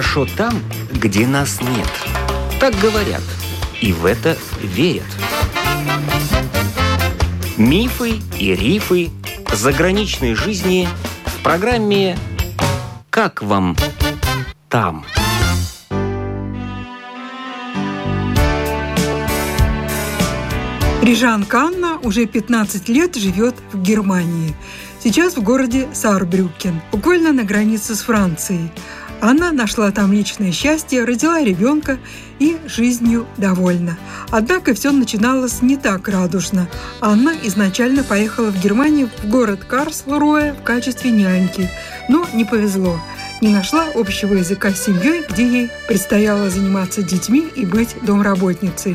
хорошо там, где нас нет. Так говорят, и в это верят. Мифы и рифы заграничной жизни в программе «Как вам там?». Рижанка Анна уже 15 лет живет в Германии. Сейчас в городе Саарбрюккен, буквально на границе с Францией. Анна нашла там личное счастье, родила ребенка и жизнью довольна. Однако все начиналось не так радужно. Анна изначально поехала в Германию, в город Карлсруэ в качестве няньки. Но не повезло. Не нашла общего языка с семьей, где ей предстояло заниматься детьми и быть домработницей.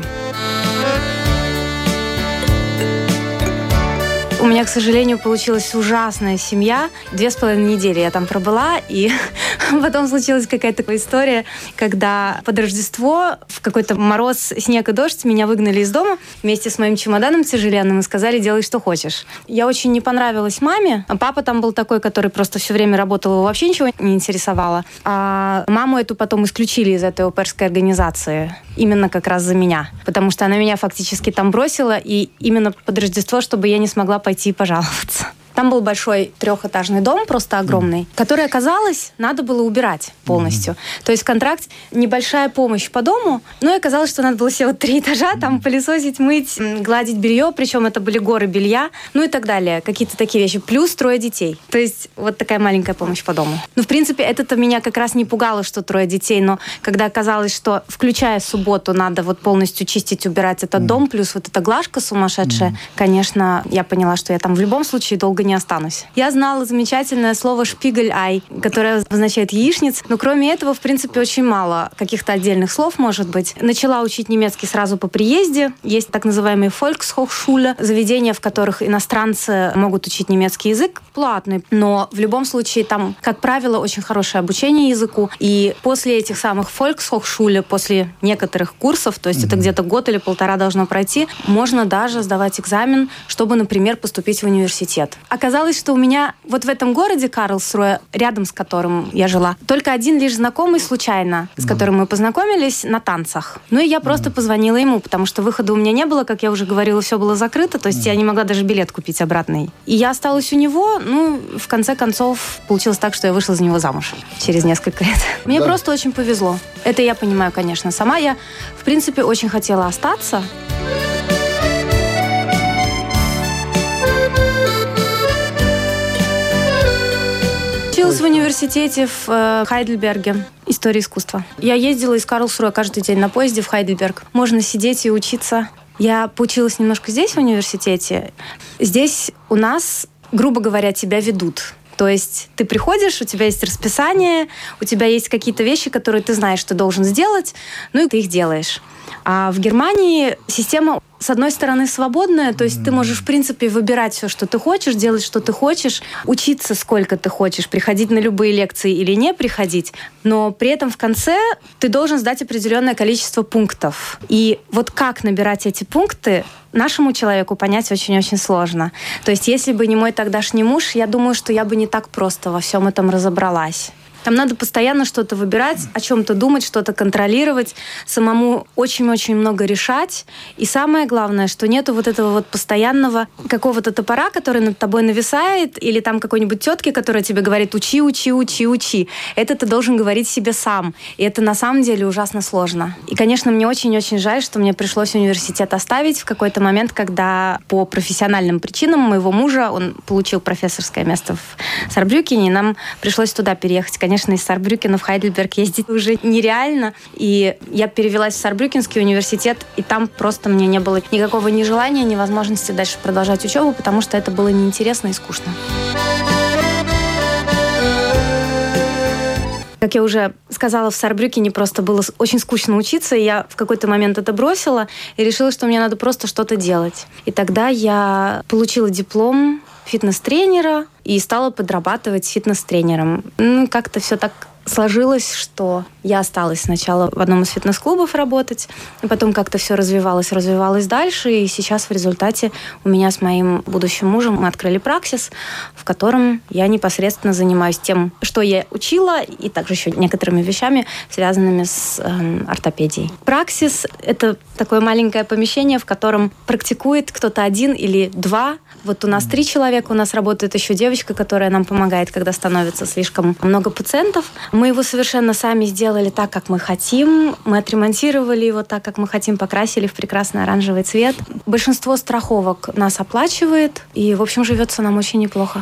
У меня, к сожалению, получилась ужасная семья. 2,5 недели я там пробыла, и потом случилась какая-то такая история, когда под Рождество в какой-то мороз, снег и дождь меня выгнали из дома вместе с моим чемоданом тяжеленным и сказали: делай, что хочешь. Я очень не понравилась маме. Папа там был такой, который просто все время работал, его вообще ничего не интересовало. А маму эту потом исключили из этой оперской организации. Именно как раз за меня. Потому что она меня фактически там бросила, и именно под Рождество, чтобы я не смогла пойти и пожаловаться. Там был большой 3-этажный дом, просто огромный, который, оказалось, надо было убирать полностью. То есть в контракте небольшая помощь по дому, но и оказалось, что надо было все 3 этажа, там пылесосить, мыть, гладить белье, причем это были горы белья, ну и так далее. Какие-то такие вещи. Плюс 3 детей. То есть вот такая маленькая помощь по дому. Ну, в принципе, это-то меня как раз не пугало, что 3 детей, но когда оказалось, что, включая субботу, надо вот полностью чистить, убирать этот дом, плюс вот эта глажка сумасшедшая, конечно, я поняла, что я там в любом случае долго не останусь. Я знала замечательное слово «шпигель-ай», которое означает «яичниц», но кроме этого, в принципе, очень мало каких-то отдельных слов, может быть. Начала учить немецкий сразу по приезде. Есть так называемые Volkshochschule, заведения, в которых иностранцы могут учить немецкий язык, платный, но в любом случае там, как правило, очень хорошее обучение языку. И после этих самых Volkshochschule, после некоторых курсов, то есть это где-то год или 1,5 должно пройти, можно даже сдавать экзамен, чтобы, например, поступить в университет. Оказалось, что у меня вот в этом городе Карлсруэ, рядом с которым я жила, только один лишь знакомый случайно, с которым мы познакомились на танцах. Ну и я просто позвонила ему, потому что выхода у меня не было, как я уже говорила, все было закрыто, то есть я не могла даже билет купить обратный. И я осталась у него, ну, в конце концов, получилось так, что я вышла за него замуж через несколько лет. Мне просто очень повезло. Это я понимаю, конечно, сама. Я, в принципе, очень хотела остаться. Училась в университете в Хайдельберге. История искусства. Я ездила из Карлсруэ каждый день на поезде в Хайдельберг. Можно сидеть и учиться. Я поучилась немножко здесь, в университете. Здесь у нас, грубо говоря, тебя ведут. То есть ты приходишь, у тебя есть расписание, у тебя есть какие-то вещи, которые ты знаешь, что ты должен сделать, ну и ты их делаешь. А в Германии система, с одной стороны, свободная, то есть ты можешь, в принципе, выбирать все, что ты хочешь, делать, что ты хочешь, учиться сколько ты хочешь, приходить на любые лекции или не приходить, но при этом в конце ты должен сдать определенное количество пунктов. И вот как набирать эти пункты, нашему человеку понять очень-очень сложно. То есть если бы не мой тогдашний муж, я думаю, что я бы не так просто во всем этом разобралась. Там надо постоянно что-то выбирать, о чем-то думать, что-то контролировать, самому очень-очень много решать. И самое главное, что нету вот этого вот постоянного какого-то топора, который над тобой нависает, или там какой-нибудь тетки, которая тебе говорит: учи, учи, учи, учи. Это ты должен говорить себе сам. И это на самом деле ужасно сложно. И, конечно, мне очень-очень жаль, что мне пришлось университет оставить в какой-то момент, когда по профессиональным причинам моего мужа, он получил профессорское место в Саарбрюкене, и нам пришлось туда переехать. Конечно, из Саарбрюкена в Хайдельберг ездить уже нереально. И я перевелась в Саарбрюкенский университет, и там просто мне не было никакого ни желания, ни возможности дальше продолжать учебу, потому что это было неинтересно и скучно. Как я уже сказала, в Саарбрюкене просто было очень скучно учиться, и я в какой-то момент это бросила и решила, что мне надо просто что-то делать. И тогда я получила диплом фитнес-тренера и стала подрабатывать фитнес-тренером. Ну, как-то все так сложилось, что Я осталась сначала в одном из фитнес-клубов работать, и потом как-то все развивалось дальше, и сейчас в результате у меня с моим будущим мужем мы открыли праксис, в котором я непосредственно занимаюсь тем, что я учила, и также еще некоторыми вещами, связанными с ортопедией. Праксис – это такое маленькое помещение, в котором практикует кто-то один или два. Вот у нас 3 человека, у нас работает еще девочка, которая нам помогает, когда становится слишком много пациентов. Мы его совершенно сами сделали так, как мы хотим. Мы отремонтировали его так, как мы хотим, покрасили в прекрасный оранжевый цвет. Большинство страховок нас оплачивает, и, в общем, живется нам очень неплохо.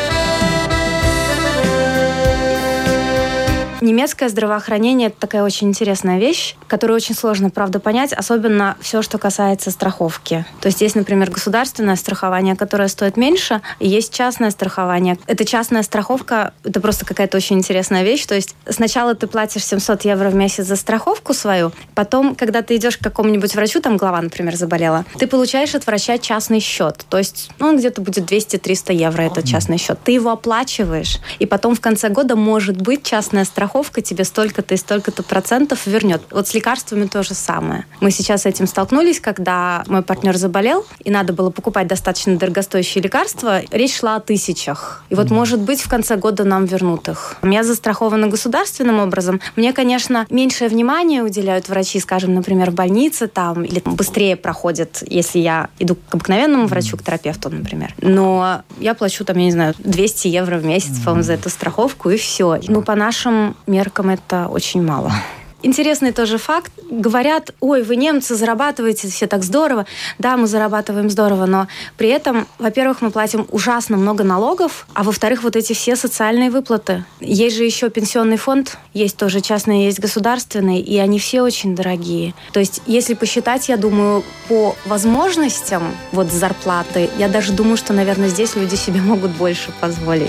Немецкое здравоохранение – это такая очень интересная вещь, которую очень сложно, правда, понять, особенно все, что касается страховки. То есть есть, например, государственное страхование, которое стоит меньше, и есть частное страхование. Эта частная страховка – это просто какая-то очень интересная вещь. То есть сначала ты платишь 700 евро в месяц за страховку свою, потом, когда ты идешь к какому-нибудь врачу, там голова, например, заболела, ты получаешь от врача частный счет. То есть он где-то будет 200-300 евро, этот частный счет. Ты его оплачиваешь, и потом в конце года, может быть, частная страховка тебе столько-то и столько-то процентов вернет. Вот с лекарствами то же самое. Мы сейчас с этим столкнулись, когда мой партнер заболел, и надо было покупать достаточно дорогостоящие лекарства. Речь шла о тысячах. И вот, может быть, в конце года нам вернут их. Я застрахована государственным образом. Мне, конечно, меньшее внимание уделяют врачи, скажем, например, в больнице, там, или быстрее проходят, если я иду к обыкновенному врачу, к терапевту, например. Но я плачу, там, я не знаю, 200 евро в месяц, по-моему, за эту страховку, и все. Ну, по нашим меркам это очень мало. Интересный тоже факт. Говорят, ой, вы немцы, зарабатываете все так здорово. Да, мы зарабатываем здорово, но при этом, во-первых, мы платим ужасно много налогов, а во-вторых, вот эти все социальные выплаты. Есть же еще пенсионный фонд, есть тоже частный, есть государственный, и они все очень дорогие. То есть, если посчитать, я думаю, по возможностям вот зарплаты, я даже думаю, что, наверное, здесь люди себе могут больше позволить.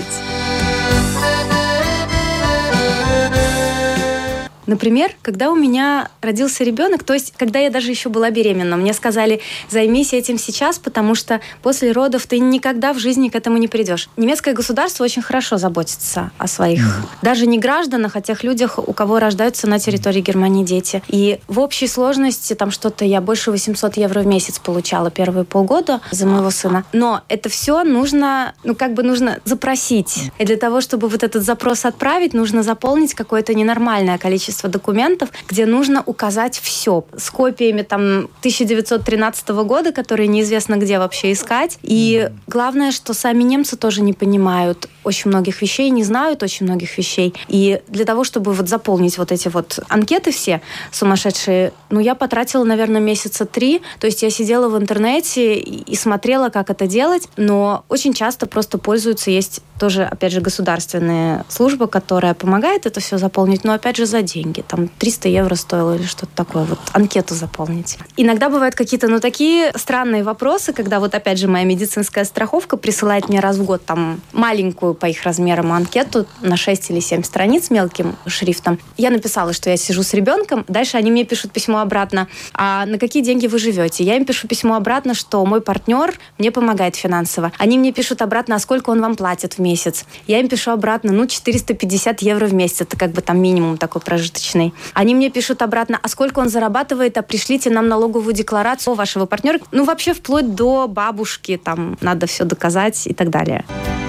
Например, когда у меня родился ребенок, то есть, когда я даже еще была беременна, мне сказали, займись этим сейчас, потому что после родов ты никогда в жизни к этому не придешь. Немецкое государство очень хорошо заботится о своих, даже не гражданах, а тех людях, у кого рождаются на территории Германии дети. И в общей сложности там что-то я больше 800 евро в месяц получала первые полгода за моего сына. Но это все нужно, нужно запросить. И для того, чтобы вот этот запрос отправить, нужно заполнить какое-то ненормальное количество документов, где нужно указать все. С копиями там 1913 года, которые неизвестно где вообще искать. И главное, что сами немцы тоже не понимают очень многих вещей, не знают очень многих вещей. И для того, чтобы вот заполнить вот эти вот анкеты все сумасшедшие, я потратила, наверное, месяца 3. То есть я сидела в интернете и смотрела, как это делать, но очень часто просто пользуются, есть тоже, опять же, государственная служба, которая помогает это все заполнить, но, опять же, за деньги. Там 300 евро стоило или что-то такое, вот анкету заполнить. Иногда бывают какие-то, такие странные вопросы, когда вот, опять же, моя медицинская страховка присылает мне раз в год там маленькую по их размерам анкету на 6 или 7 страниц мелким шрифтом. Я написала, что я сижу с ребенком, дальше они мне пишут письмо обратно, а на какие деньги вы живете? Я им пишу письмо обратно, что мой партнер мне помогает финансово. Они мне пишут обратно, а сколько он вам платит в месяц? Я им пишу обратно, 450 евро в месяц, это как бы там минимум такой прожиточный. Они мне пишут обратно, а сколько он зарабатывает, а пришлите нам налоговую декларацию вашего партнера. Вообще вплоть до бабушки, там надо все доказать и так далее.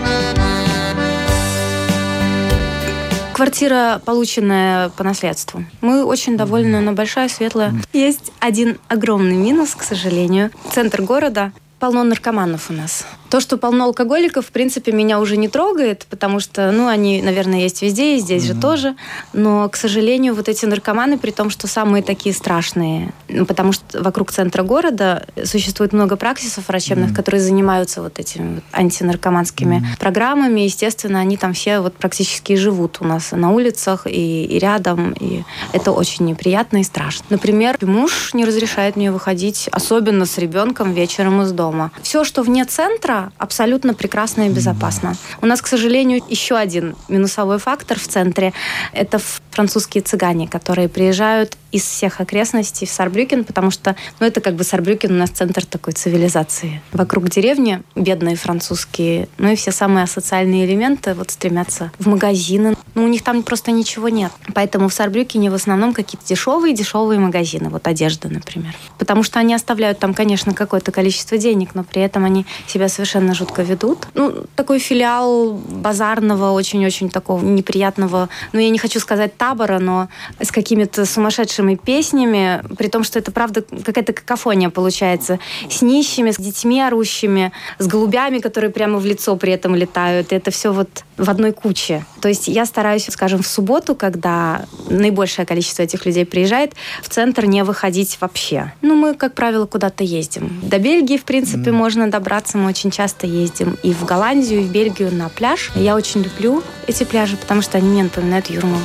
Квартира, полученная по наследству. Мы очень довольны, она большая, светлая. Есть один огромный минус, к сожалению. Центр города. Полно наркоманов у нас. То, что полно алкоголиков, в принципе, меня уже не трогает, потому что, они, наверное, есть везде, и здесь же тоже. Но, к сожалению, вот эти наркоманы, при том, что самые такие страшные, потому что вокруг центра города существует много праксисов врачебных, которые занимаются вот этими антинаркоманскими программами. Естественно, они там все вот практически и живут у нас на улицах и рядом, и это очень неприятно и страшно. Например, муж не разрешает мне выходить, особенно с ребенком, вечером из дома. Все, что вне центра, абсолютно прекрасно и безопасно. У нас, к сожалению, еще один минусовой фактор в центре – это французские цыгане, которые приезжают из всех окрестностей в Саарбрюкен Саарбрюкен, потому что, это как бы Саарбрюкен у нас центр такой цивилизации. Вокруг деревни бедные французские, и все самые асоциальные элементы стремятся в магазины. У них там просто ничего нет. Поэтому в Саарбрюкене в основном какие-то дешевые магазины, одежда, например. Потому что они оставляют там, конечно, какое-то количество денег, но при этом они себя совершенно жутко ведут. Такой филиал базарного, очень-очень такого неприятного, я не хочу сказать табора, но с какими-то сумасшедшими песнями, при том, что это, правда, какая-то какофония получается. С нищими, с детьми орущими, с голубями, которые прямо в лицо при этом летают. И это все в одной куче. То есть я стараюсь, скажем, в субботу, когда наибольшее количество этих людей приезжает, в центр не выходить вообще. Мы, как правило, куда-то ездим. До Бельгии, в принципе, можно добраться. Мы очень часто ездим и в Голландию, и в Бельгию на пляж. Я очень люблю эти пляжи, потому что они мне напоминают Юрмалу.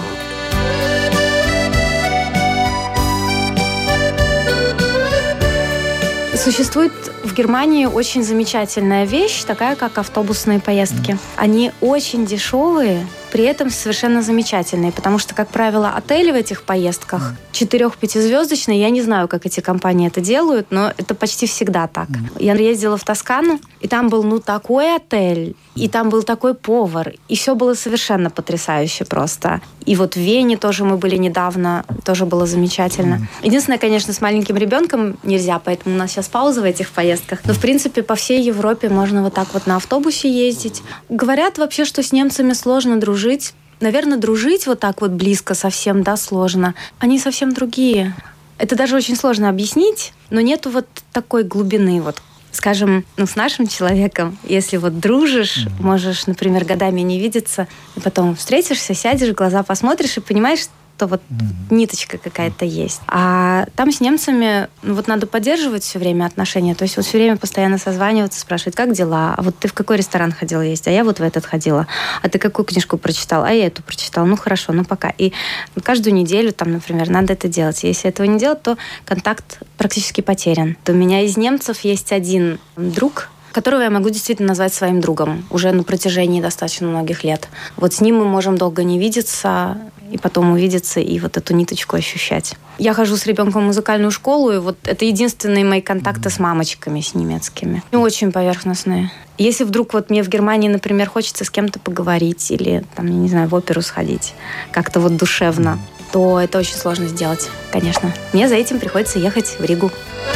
Существует в Германии очень замечательная вещь, такая как автобусные поездки. Они очень дешевые, при этом совершенно замечательные, потому что, как правило, отели в этих поездках 4-5-звездочные, я не знаю, как эти компании это делают, но это почти всегда так. Я ездила в Тоскану, и там был такой отель, и там был такой повар, и все было совершенно потрясающе просто. И в Вене тоже мы были недавно, тоже было замечательно. Единственное, конечно, с маленьким ребенком нельзя, поэтому у нас сейчас пауза в этих поездках. Но, в принципе, по всей Европе можно так на автобусе ездить. Говорят вообще, что с немцами сложно дружить. Наверное, дружить так близко совсем, сложно. Они совсем другие. Это даже очень сложно объяснить, но нету такой глубины, скажем, с нашим человеком, если дружишь, можешь, например, годами не видеться, и потом встретишься, сядешь, в глаза посмотришь и понимаешь, что ниточка какая-то есть. А там с немцами надо поддерживать все время отношения, то есть все время постоянно созваниваться, спрашивать, как дела, а ты в какой ресторан ходила есть, а я в этот ходила, а ты какую книжку прочитал, а я эту прочитал, хорошо, пока. И каждую неделю, например, надо это делать. Если этого не делать, то контакт практически потерян. У меня из немцев есть один друг, которого я могу действительно назвать своим другом уже на протяжении достаточно многих лет. С ним мы можем долго не видеться, и потом увидеться, и эту ниточку ощущать. Я хожу с ребенком в музыкальную школу, и это единственные мои контакты с мамочками, с немецкими. Очень поверхностные. Если вдруг мне в Германии, например, хочется с кем-то поговорить или, я не знаю, в оперу сходить, как-то душевно, то это очень сложно сделать, конечно. Мне за этим приходится ехать в Ригу.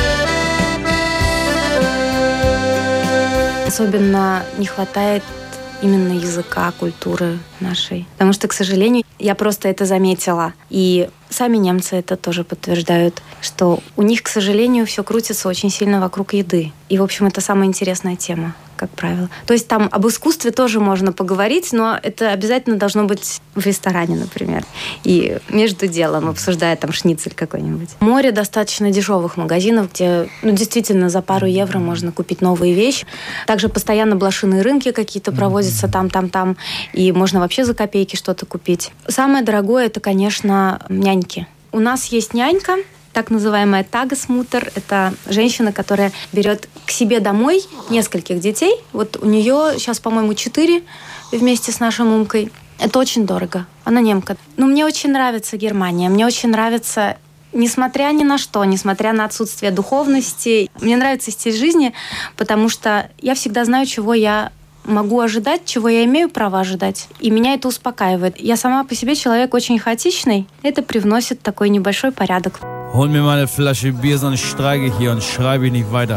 Особенно не хватает именно языка, культуры нашей. Потому что, к сожалению, я просто это заметила. И сами немцы это тоже подтверждают, что у них, к сожалению, все крутится очень сильно вокруг еды. И, в общем, это самая интересная тема, как правило. То есть там об искусстве тоже можно поговорить, но это обязательно должно быть в ресторане, например. И между делом, обсуждая шницель какой-нибудь. Море достаточно дешевых магазинов, где действительно за пару евро можно купить новые вещи. Также постоянно блошиные рынки какие-то проводятся там. И можно вообще за копейки что-то купить. Самое дорогое – это, конечно, няньки. У нас есть нянька, так называемая тагесмутер. Это женщина, которая берет к себе домой нескольких детей. У нее сейчас, по-моему, 4 вместе с нашей Умкой. Это очень дорого. Она немка. Мне очень нравится Германия. Мне очень нравится, несмотря ни на что, несмотря на отсутствие духовности, мне нравится стиль жизни, потому что я всегда знаю, чего я могу ожидать, чего я имею право ожидать. И меня это успокаивает. Я сама по себе человек очень хаотичный. Это привносит такой небольшой порядок. Hol mir mal eine Flasche Bier, sonst streike ich hier und schreibe nicht weiter.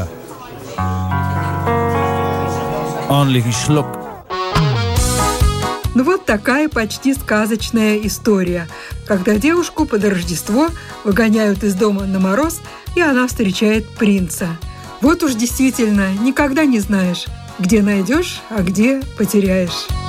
Ordentlichen Schluck. Такая почти сказочная история, когда девушку под Рождество выгоняют из дома на мороз, и она встречает принца. Уж действительно, никогда не знаешь, где найдешь, а где потеряешь.